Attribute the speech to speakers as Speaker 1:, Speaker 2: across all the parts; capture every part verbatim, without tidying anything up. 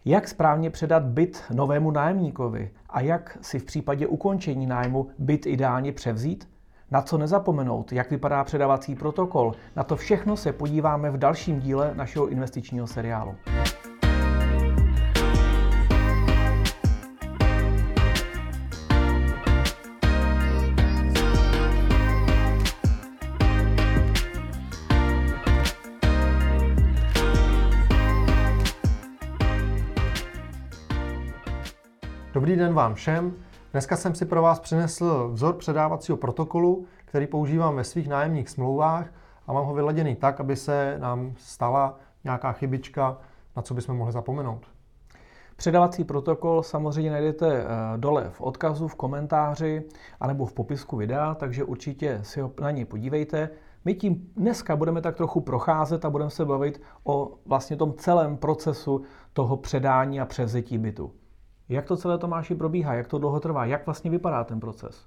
Speaker 1: Jak správně předat byt novému nájemníkovi a jak si v případě ukončení nájmu byt ideálně převzít? Na co nezapomenout? Jak vypadá předávací protokol? Na to všechno se podíváme v dalším díle našeho investičního seriálu.
Speaker 2: Dobrý den vám všem. Dneska jsem si pro vás přinesl vzor předávacího protokolu, který používám ve svých nájemních smlouvách a mám ho vyladěný tak, aby se nám stala nějaká chybička, na co bychom mohli zapomenout.
Speaker 1: Předávací protokol samozřejmě najdete dole v odkazu, v komentáři anebo v popisku videa, takže určitě si ho na něj podívejte. My tím dneska budeme tak trochu procházet a budeme se bavit o vlastně tom celém procesu toho předání a převzetí bytu. Jak to celé, Tomáši, probíhá? Jak to dlouho trvá? Jak vlastně vypadá ten proces?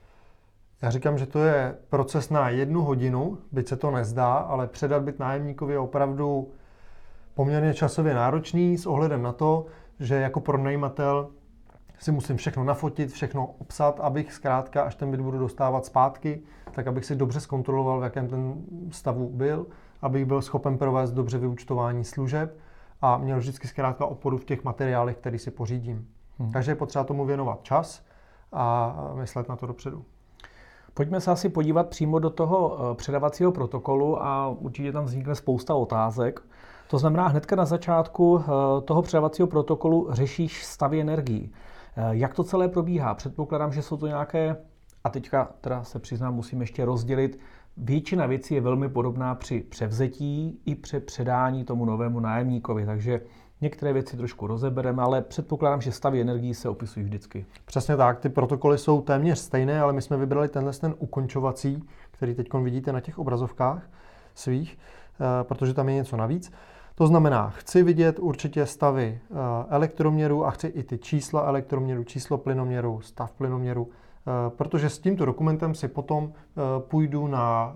Speaker 2: Já říkám, že to je proces na jednu hodinu, byť se to nezdá, ale předat byt nájemníkovi je opravdu poměrně časově náročný s ohledem na to, že jako pronajímatel si musím všechno nafotit, všechno obsat, abych zkrátka, až ten byt budu dostávat zpátky, tak abych si dobře zkontroloval, v jakém ten stavu byl, abych byl schopen provést dobře vyúčtování služeb a měl vždycky zkrátka oporu v těch materiálech, který si pořídím. Hmm. Takže je potřeba tomu věnovat čas a myslet na to dopředu.
Speaker 1: Pojďme se asi podívat přímo do toho předávacího protokolu a určitě tam vznikne spousta otázek. To znamená, hnedka na začátku toho předávacího protokolu řešíš stavy energií. Jak to celé probíhá? Předpokládám, že jsou to nějaké, a teďka teda se přiznám, musím ještě rozdělit, většina věcí je velmi podobná při převzetí i při předání tomu novému nájemníkovi, takže některé věci trošku rozebereme, ale předpokládám, že stavy energií se opisují vždycky.
Speaker 2: Přesně tak, ty protokoly jsou téměř stejné, ale my jsme vybrali tenhle ten ukončovací, který teď vidíte na těch obrazovkách svých, protože tam je něco navíc. To znamená, chci vidět určitě stavy elektroměru a chci i ty čísla elektroměru, číslo plynoměru, stav plynoměru, protože s tímto dokumentem si potom půjdu na,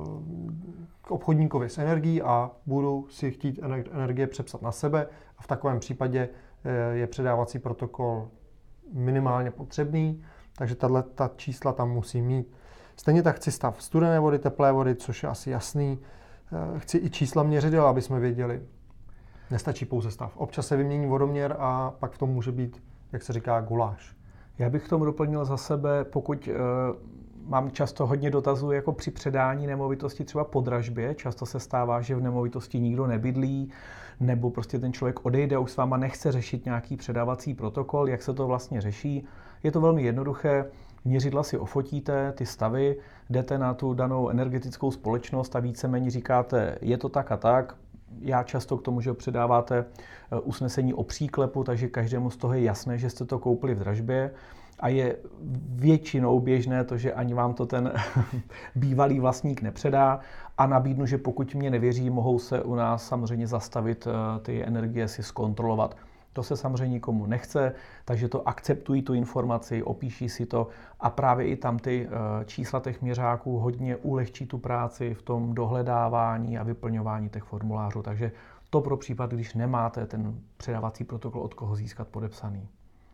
Speaker 2: k obchodníkovi s energií a budu si chtít energie přepsat na sebe a v takovém případě je předávací protokol minimálně potřebný, takže tato ta čísla tam musím mít. Stejně tak chci stav studené vody, teplé vody, což je asi jasný. Chci i čísla měřidel, aby jsme věděli. Nestačí pouze stav. Občas se vymění vodoměr a pak v tom může být, jak se říká, guláš.
Speaker 1: Já bych k tomu doplnil za sebe, pokud e, mám často hodně dotazů jako při předání nemovitosti třeba po dražbě. Často se stává, že v nemovitosti nikdo nebydlí, nebo prostě ten člověk odejde a už s váma nechce řešit nějaký předávací protokol. Jak se to vlastně řeší? Je to velmi jednoduché. Měřidla si ofotíte, ty stavy, jdete na tu danou energetickou společnost a víceméně říkáte, je to tak a tak. Já často k tomu, že předáváte usnesení o příklepu, takže každému z toho je jasné, že jste to koupili v dražbě a je většinou běžné to, že ani vám to ten bývalý vlastník nepředá a nabídnu, že pokud mě nevěří, mohou se u nás samozřejmě zastavit ty energie, si zkontrolovat. To se samozřejmě nikomu nechce, takže to akceptují tu informaci, opíší si to a právě i tam ty čísla těch měřáků hodně ulehčí tu práci v tom dohledávání a vyplňování těch formulářů. Takže to pro případ, když nemáte ten předávací protokol, od koho získat podepsaný.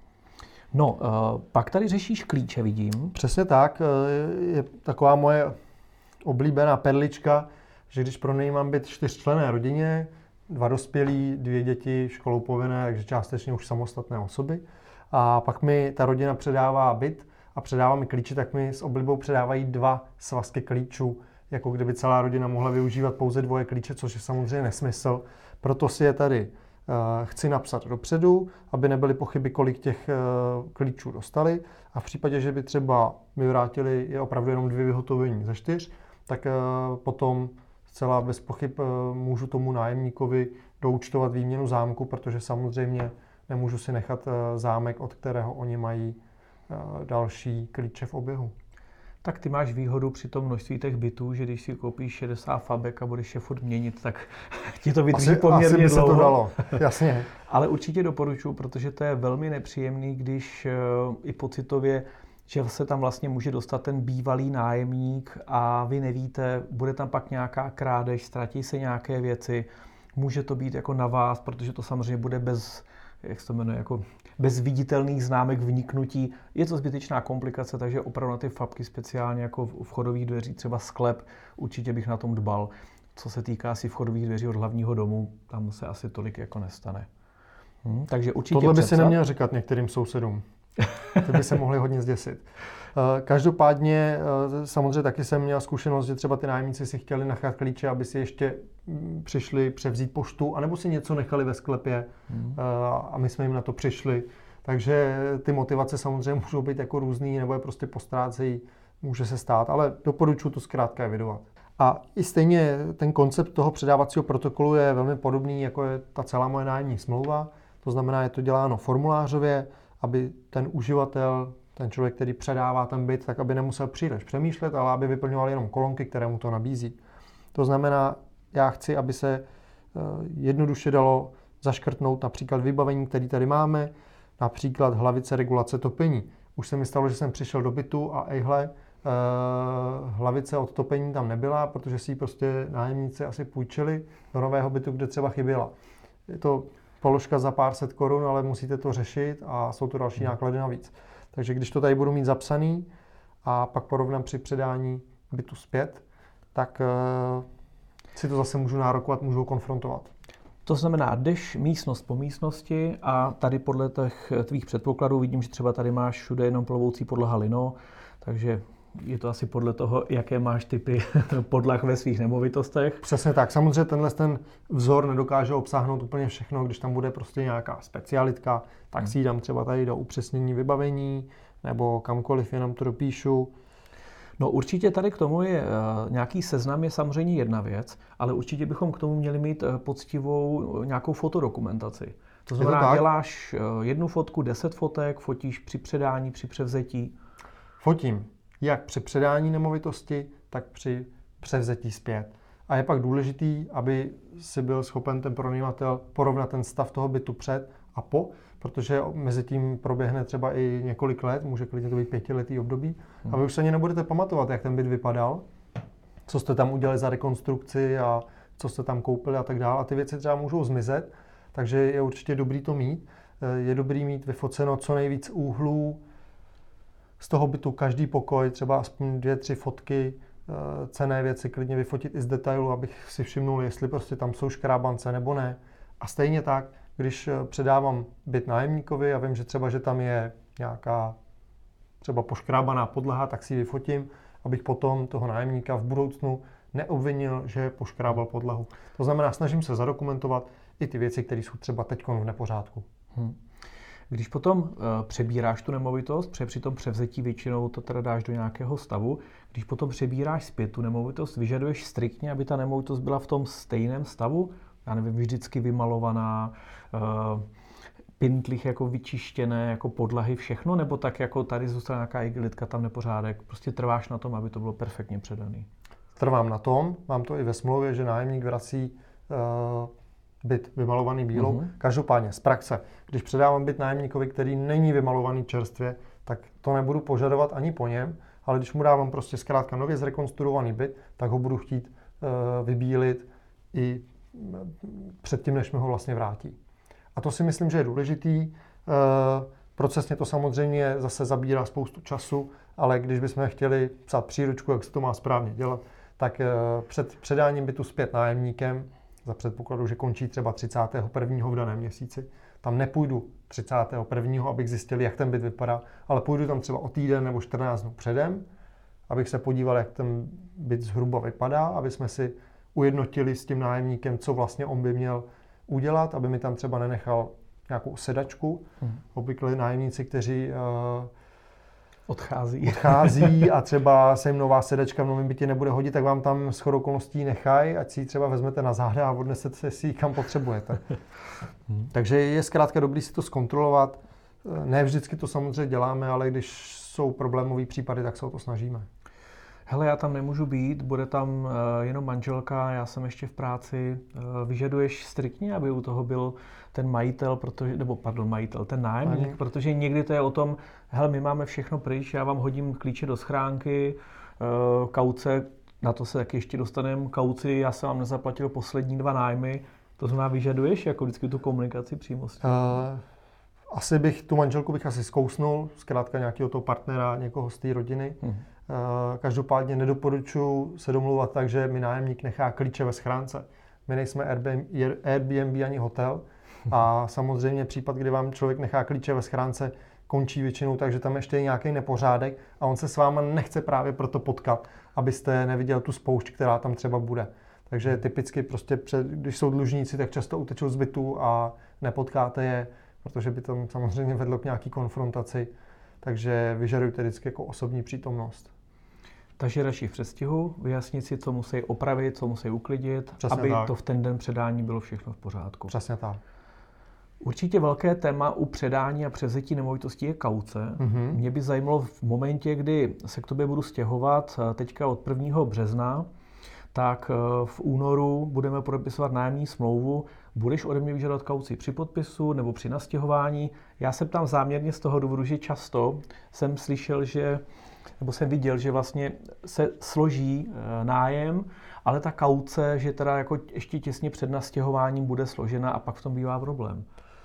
Speaker 1: No, pak tady řešíš klíče, vidím.
Speaker 2: Přesně tak, je taková moje oblíbená perlička, že když pronajímám byt čtyřčlenné rodině, dva dospělí, dvě děti, školou povinné, takže částečně už samostatné osoby. A pak mi ta rodina předává byt a předává mi klíče, tak mi s oblibou předávají dva svazky klíčů, jako kdyby celá rodina mohla využívat pouze dvoje klíče, což je samozřejmě nesmysl. Proto si je tady uh, chci napsat dopředu, aby nebyly pochyby, kolik těch uh, klíčů dostali. A v případě, že by třeba mi vrátili je opravdu jenom dvě vyhotovení ze čtyř, tak uh, potom zcela bez pochyb můžu tomu nájemníkovi doúčtovat výměnu zámku, protože samozřejmě nemůžu si nechat zámek, od kterého oni mají další klíče v oběhu.
Speaker 1: Tak ty máš výhodu při tom množství těch bytů, že když si koupíš šedesát fabek a budeš je furt měnit, tak ti to vydrží poměrně
Speaker 2: asi by
Speaker 1: dlouho.
Speaker 2: Se to dalo, jasně.
Speaker 1: Ale určitě doporučuji, protože to je velmi nepříjemný, když i pocitově, že se tam vlastně může dostat ten bývalý nájemník a vy nevíte, bude tam pak nějaká krádež, ztratí se nějaké věci, může to být jako na vás, protože to samozřejmě bude bez jak se to jmenuje, jako bez viditelných známek vniknutí. Je to zbytečná komplikace, takže opravdu na ty fapky speciálně jako v vchodových dveří, třeba sklep, určitě bych na tom dbal. Co se týká asi vchodových dveří od hlavního domu, tam se asi tolik jako nestane. Hm, takže určitě
Speaker 2: tohle by
Speaker 1: přepsat.
Speaker 2: si neměl říkat některým sousedům. Ty by se mohli hodně zděsit. Každopádně samozřejmě taky jsem měl zkušenost, že třeba ty nájemníci si chtěli nechat klíče, aby si ještě přišli převzít poštu, anebo si něco nechali ve sklepě hmm. a my jsme jim na to přišli. Takže ty motivace samozřejmě můžou být jako různý, nebo je prostě postrácejí, může se stát, ale doporučuji to zkrátka evidovat. A i stejně ten koncept toho předávacího protokolu je velmi podobný, jako je ta celá moje nájemní smlouva. To znamená, je to děláno formulářově, aby ten uživatel, ten člověk, který předává ten byt, tak aby nemusel příliš přemýšlet, ale aby vyplňoval jenom kolonky, které mu to nabízí. To znamená, já chci, aby se jednoduše dalo zaškrtnout například vybavení, které tady máme, například hlavice regulace topení. Už se mi stalo, že jsem přišel do bytu a ejhle, hlavice od topení tam nebyla, protože si ji prostě nájemníci asi půjčili do nového bytu, kde třeba chyběla. Je to položka za pár set korun, ale musíte to řešit a jsou to další náklady navíc. Takže když to tady budu mít zapsaný a pak porovnám při předání bytu zpět, tak uh, si to zase můžu nárokovat, můžu ho konfrontovat.
Speaker 1: To znamená, jdeš místnost po místnosti a tady podle těch tvých předpokladů vidím, že třeba tady máš všude jenom plovoucí podlaha lino, takže je to asi podle toho, jaké máš typy podlah ve svých nemovitostech.
Speaker 2: Přesně tak. Samozřejmě tenhle ten vzor nedokáže obsáhnout úplně všechno, když tam bude prostě nějaká specialitka, tak hmm. si ji dám třeba tady do upřesnění vybavení nebo kamkoliv, jenom to dopíšu.
Speaker 1: No určitě tady k tomu je nějaký seznam, je samozřejmě jedna věc, ale určitě bychom k tomu měli mít poctivou nějakou fotodokumentaci. To znamená, to děláš jednu fotku, deset fotek, fotíš při předání, při převzetí.
Speaker 2: Fotím jak při předání nemovitosti, tak při převzetí zpět. A je pak důležitý, aby si byl schopen ten pronajímatel porovnat ten stav toho bytu před a po, protože mezi tím proběhne třeba i několik let, může klidně to být pětiletý období, hmm. a vy už se ani nebudete pamatovat, jak ten byt vypadal, co jste tam udělali za rekonstrukci a co jste tam koupili a tak dále. A ty věci třeba můžou zmizet, takže je určitě dobrý to mít. Je dobrý mít vyfoceno co nejvíc úhlů z toho bytu, každý pokoj, třeba aspoň dvě, tři fotky, cenné věci klidně vyfotit i z detailu, abych si všimnul, jestli prostě tam jsou škrábance nebo ne. A stejně tak, když předávám byt nájemníkovi a vím, že třeba, že tam je nějaká třeba poškrábaná podlaha, tak si ji vyfotím, abych potom toho nájemníka v budoucnu neobvinil, že poškrábal podlahu. To znamená, snažím se zadokumentovat i ty věci, které jsou třeba teď v nepořádku. Hmm.
Speaker 1: Když potom uh, přebíráš tu nemovitost, protože při tom převzetí většinou to teda dáš do nějakého stavu, když potom přebíráš zpět tu nemovitost, vyžaduješ striktně, aby ta nemovitost byla v tom stejném stavu, já nevím, vždycky vymalovaná, uh, pintlich jako vyčištěné, jako podlahy, všechno, nebo tak jako tady zůstala nějaká igelitka, tam nepořádek, prostě trváš na tom, aby to bylo perfektně předaný.
Speaker 2: Trvám na tom, mám to i ve smlouvě, že nájemník vrací uh, byt vymalovaný bílou. Uh-huh. Každopádně z praxe, když předávám byt nájemníkovi, který není vymalovaný čerstvě, tak to nebudu požadovat ani po něm, ale když mu dávám prostě zkrátka nově zrekonstruovaný byt, tak ho budu chtít uh, vybílit i předtím, než mi ho vlastně vrátí. A to si myslím, že je důležitý. Uh, procesně to samozřejmě zase zabírá spoustu času, ale když bychom chtěli psát příručku, jak se to má správně dělat, tak uh, před předáním bytu zpět nájemníkem, za předpokladu, že končí třeba třicátého prvního v daném měsíci. Tam nepůjdu třicátého prvního, abych zjistil, jak ten byt vypadá, ale půjdu tam třeba o týden nebo čtrnáct dnů předem, abych se podíval, jak ten byt zhruba vypadá, aby jsme si ujednotili s tím nájemníkem, co vlastně on by měl udělat, aby mi tam třeba nenechal nějakou sedačku. Hmm. Obvykle nájemníci, kteří uh,
Speaker 1: odchází.
Speaker 2: odchází a třeba se jim nová sedačka v novém bytě nebude hodit, tak vám tam shodou okolností nechají, ať si ji třeba vezmete na záda a odnesete si ji kam potřebujete. Hmm. Takže je zkrátka dobrý si to zkontrolovat. Ne vždycky to samozřejmě děláme, ale když jsou problémové případy, tak se o to snažíme.
Speaker 1: Hele, já tam nemůžu být, bude tam uh, jenom manželka, já jsem ještě v práci. Uh, vyžaduješ striktně, aby u toho byl ten majitel, protože, nebo pardon, majitel, ten nájemník, Ani. protože někdy to je o tom, hele, my máme všechno pryč, já vám hodím klíče do schránky, uh, kauce, na to se taky ještě dostaneme, kauci, já jsem vám nezaplatil poslední dva nájmy, To znamená, vyžaduješ jako vždycky tu komunikaci přímo s tím? Uh,
Speaker 2: asi bych, tu manželku bych asi zkousnul, zkrátka nějakého toho partnera, někoho z té rodiny. Hmm. Uh, každopádně nedoporučuji se domluvat tak, že mi nájemník nechá klíče ve schránce. My nejsme Airbnb ani hotel a samozřejmě případ, kdy vám člověk nechá klíče ve schránce, končí většinou tak, že tam ještě je nějaký nepořádek a on se s váma nechce právě proto potkat, abyste neviděl tu spoušť, která tam třeba bude. Takže typicky prostě, před, když jsou dlužníci, tak často utečou z bytu a nepotkáte je, protože by tam samozřejmě vedlo k nějaký konfrontaci. Takže vyžadujte vždycky jako osobní přítomnost.
Speaker 1: Takže radši v předstihu vyjasnit si, co musí opravit, co musí uklidit,
Speaker 2: Přesně
Speaker 1: aby
Speaker 2: tak.
Speaker 1: to v ten den předání bylo všechno v pořádku.
Speaker 2: Přesně tak.
Speaker 1: Určitě velké téma u předání a převzetí nemovitostí je kauce. Mm-hmm. Mě by zajímalo v momentě, kdy se k tobě budu stěhovat, teďka od prvního března, tak v únoru budeme podepisovat nájemní smlouvu. Budeš ode mě vyžadovat kauci při podpisu nebo při nastěhování? Já se ptám záměrně z toho důvodu, že často jsem slyšel, že, nebo jsem viděl, že vlastně se složí nájem, ale ta kauce, že teda jako ještě těsně před nastěhováním bude složena a pak v tom bývá problém.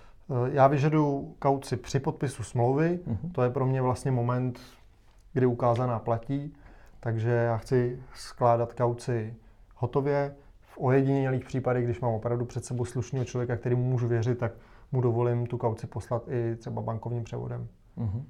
Speaker 2: Já vyžaduju kauci při podpisu smlouvy. Uh-huh. To je pro mě vlastně moment, kdy ukázaná platí. Takže já chci skládat kauci hotově. V ojedinělých případech, když mám opravdu před sebou slušného člověka, který mu můžu věřit, tak mu dovolím tu kauci poslat i třeba bankovním převodem.
Speaker 1: Uh-huh.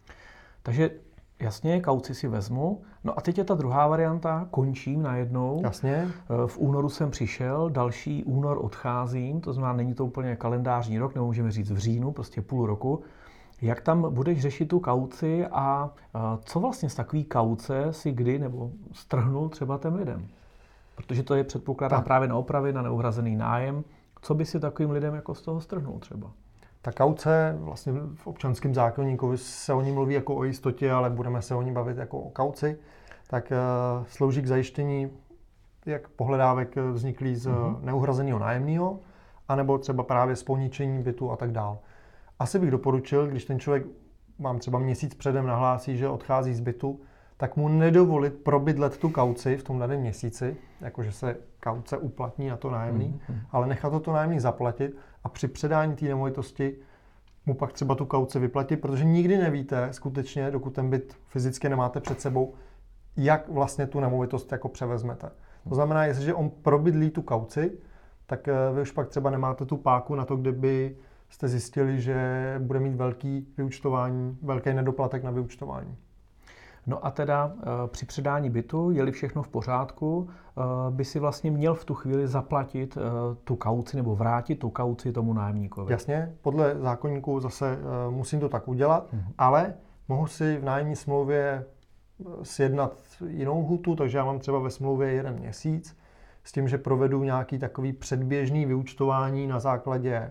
Speaker 1: Takže jasně, kauci si vezmu. No a teď je ta druhá varianta, končím najednou.
Speaker 2: Jasně.
Speaker 1: V únoru jsem přišel, další únor odcházím, to znamená, není to úplně kalendářní rok, nebo můžeme říct v říjnu, prostě půl roku. Jak tam budeš řešit tu kauci a co vlastně z takový kauce si kdy nebo strhnul třeba těm lidem? Protože to je předpokládám právě na opravy, na neuhrazený nájem. Co by si takovým lidem jako z toho strhnul třeba?
Speaker 2: Ta kauce, vlastně v občanském zákoníku se o ní mluví jako o jistotě, ale budeme se o ní bavit jako o kauci, tak uh, slouží k zajištění jak pohledávek vzniklý z uh-huh. neuhrazeného nájemného, anebo třeba právě z poničení bytu a tak dál. Asi bych doporučil, když ten člověk vám třeba měsíc předem nahlásí, že odchází z bytu, tak mu nedovolit probydlet tu kauci v tom daném měsíci, jakože se kauce uplatní na to nájemný, mm-hmm. ale nechat to, to nájemný zaplatit a při předání té nemovitosti mu pak třeba tu kauci vyplatit, protože nikdy nevíte skutečně, dokud ten byt fyzicky nemáte před sebou, jak vlastně tu nemovitost jako převezmete. To znamená, jestliže on probydlí tu kauci, tak vy už pak třeba nemáte tu páku na to, kdyby jste zjistili, že bude mít velký vyúčtování, velký nedoplatek na vyúčtování.
Speaker 1: No a teda při předání bytu, je-li všechno v pořádku, by si vlastně měl v tu chvíli zaplatit tu kauci nebo vrátit tu kauci tomu nájemníkovi.
Speaker 2: Jasně, podle zákoníku zase musím to tak udělat, mhm. ale mohu si v nájemní smlouvě sjednat jinou lhůtu, takže já mám třeba ve smlouvě jeden měsíc s tím, že provedu nějaký takový předběžný vyúčtování na základě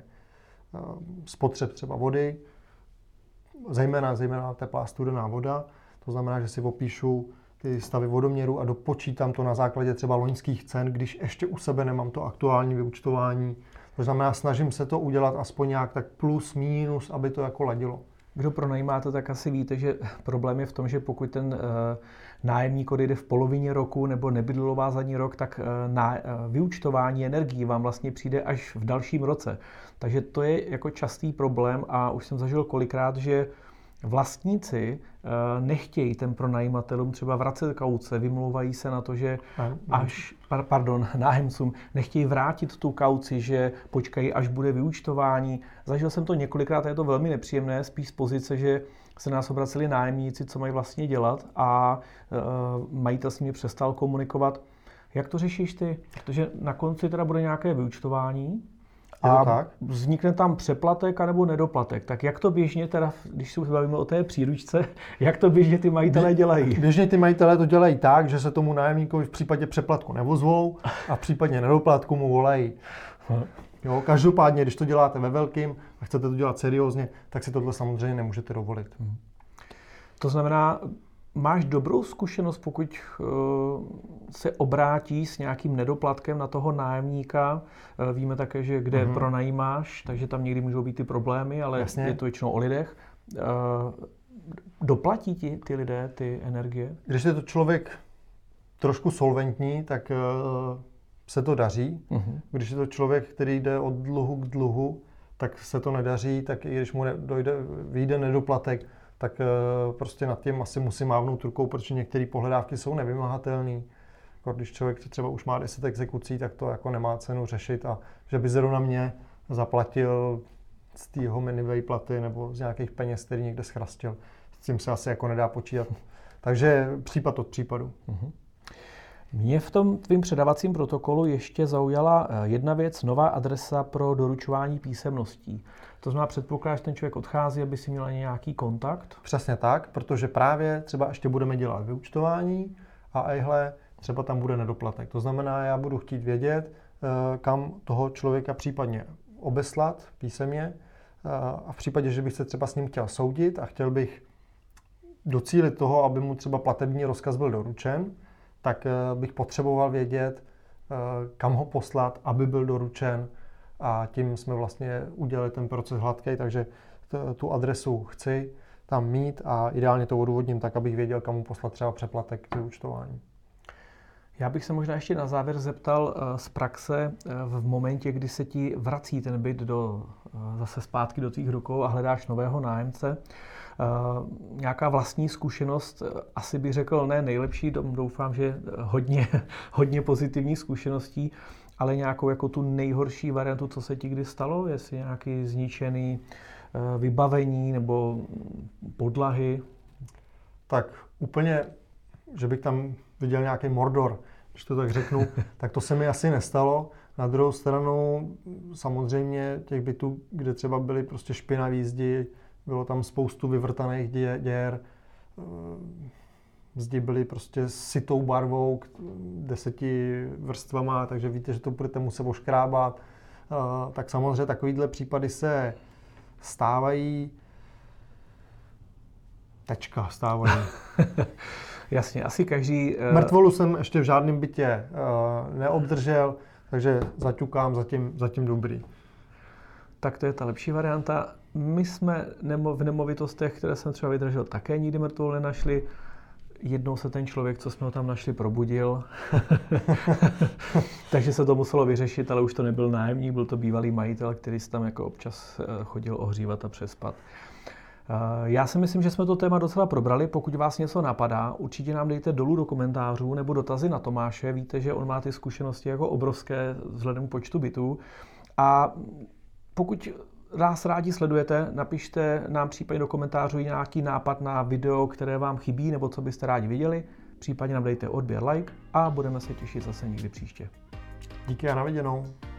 Speaker 2: spotřeb třeba vody, zejména, zejména teplá studená voda. To znamená, že si opíšu ty stavy vodoměru a dopočítám to na základě třeba loňských cen, když ještě u sebe nemám to aktuální vyúčtování. To znamená, snažím se to udělat aspoň nějak tak plus, minus, aby to jako ladilo.
Speaker 1: Kdo pronajímáte, tak asi víte, že problém je v tom, že pokud ten uh, nájemník odejde v polovině roku nebo nebydlelo vás ani rok, tak uh, na uh, vyúčtování energií vám vlastně přijde až v dalším roce. Takže to je jako častý problém a už jsem zažil kolikrát, že vlastníci uh, nechtějí ten pronajímatelům třeba vracet kauce, vymlouvají se na to, že až, pardon, nájemcům nechtějí vrátit tu kauci, že počkají, až bude vyúčtování. Zažil jsem to několikrát a je to velmi nepříjemné, spíš z pozice, že se nás obraceli nájemníci, co mají vlastně dělat a uh, majitel s nimi přestal komunikovat. Jak to řešíš ty? Protože na konci teda bude nějaké vyúčtování, a tak? Vznikne tam přeplatek anebo nedoplatek. Tak jak to běžně, teda, když se bavíme o té příručce, jak to běžně ty majitelé dělají?
Speaker 2: Běžně ty majitelé to dělají tak, že se tomu nájemníkovi v případě přeplatku nevozvou a v případě nedoplatku mu volají. Jo, každopádně, když to děláte ve velkým a chcete to dělat seriózně, tak si tohle samozřejmě nemůžete dovolit.
Speaker 1: To znamená, máš dobrou zkušenost, pokud uh, se obrátí s nějakým nedoplatkem na toho nájemníka. Uh, víme také, že kde mm-hmm. pronajímáš, takže tam někdy můžou být ty problémy, ale Jasně. je to většinou o lidech. Uh, doplatí ti ty lidé ty energie?
Speaker 2: Když je to člověk trošku solventní, tak uh, se to daří.
Speaker 1: Uh-huh.
Speaker 2: Když je to člověk, který jde od dluhu k dluhu, tak se to nedaří, tak i když mu dojde, vyjde nedoplatek, tak prostě nad tím asi musí mávnout rukou, protože některé pohledávky jsou nevymahatelné. Když člověk třeba už má deset exekucí, tak to jako nemá cenu řešit a že by zrovna mě zaplatil z té jeho minivej platy nebo z nějakých peněz, který někde schrastil. S tím se asi jako nedá počítat. Takže případ od případu.
Speaker 1: Uh-huh. Mě v tom tvým předávacím protokolu ještě zaujala jedna věc, nová adresa pro doručování písemností. To znamená, předpokládá, že ten člověk odchází, aby si měl nějaký kontakt?
Speaker 2: Přesně tak, protože právě třeba ještě budeme dělat vyúčtování a ejhle, třeba tam bude nedoplatek. To znamená, já budu chtít vědět, kam toho člověka případně obeslat písemně a v případě, že bych se třeba s ním chtěl soudit a chtěl bych docílit toho, aby mu třeba platební rozkaz byl doručen, tak bych potřeboval vědět, kam ho poslat, aby byl doručen a tím jsme vlastně udělali ten proces hladký, takže t- tu adresu chci tam mít a ideálně to odůvodním tak, abych věděl, kam mu poslat třeba přeplatek k vyúčtování.
Speaker 1: Já bych se možná ještě na závěr zeptal z praxe v momentě, kdy se ti vrací ten byt do, zase zpátky do tvých rukou a hledáš nového nájemce. Nějaká vlastní zkušenost, asi bych řekl ne nejlepší, doufám, že hodně, hodně pozitivních zkušeností, ale nějakou jako tu nejhorší variantu, co se ti kdy stalo? Jestli nějaký zničený vybavení nebo podlahy?
Speaker 2: Tak úplně, že bych tam viděl nějaký Mordor, když to tak řeknu, tak to se mi asi nestalo. Na druhou stranu samozřejmě těch bytů, kde třeba byly prostě špinavé zdi, bylo tam spoustu vyvrtaných děr, zdi byly prostě sytou barvou, deseti vrstvama, takže víte, že to budete muset oškrábat. Tak samozřejmě takovýhle případy se stávají. Tečka, stávají.
Speaker 1: Jasně, asi každý... Uh...
Speaker 2: Mrtvolu jsem ještě v žádném bytě uh, neobdržel, takže zaťukám zatím, zatím dobrý.
Speaker 1: Tak to je ta lepší varianta. My jsme nemo, v nemovitostech, které jsem třeba vydržel, také nikdy mrtvolu nenašli. Jednou se ten člověk, co jsme ho tam našli, probudil. Takže se to muselo vyřešit, ale už to nebyl nájemník, byl to bývalý majitel, který se tam jako občas chodil ohřívat a přespat. Já si myslím, že jsme to téma docela probrali. Pokud vás něco napadá, určitě nám dejte dolů do komentářů nebo dotazy na Tomáše. Víte, že on má ty zkušenosti jako obrovské vzhledem k počtu bytů. A pokud nás rádi sledujete, napište nám případně do komentářů nějaký nápad na video, které vám chybí nebo co byste rádi viděli. Případně nám dejte odběr, like a budeme se těšit zase někdy příště.
Speaker 2: Díky a na viděnou.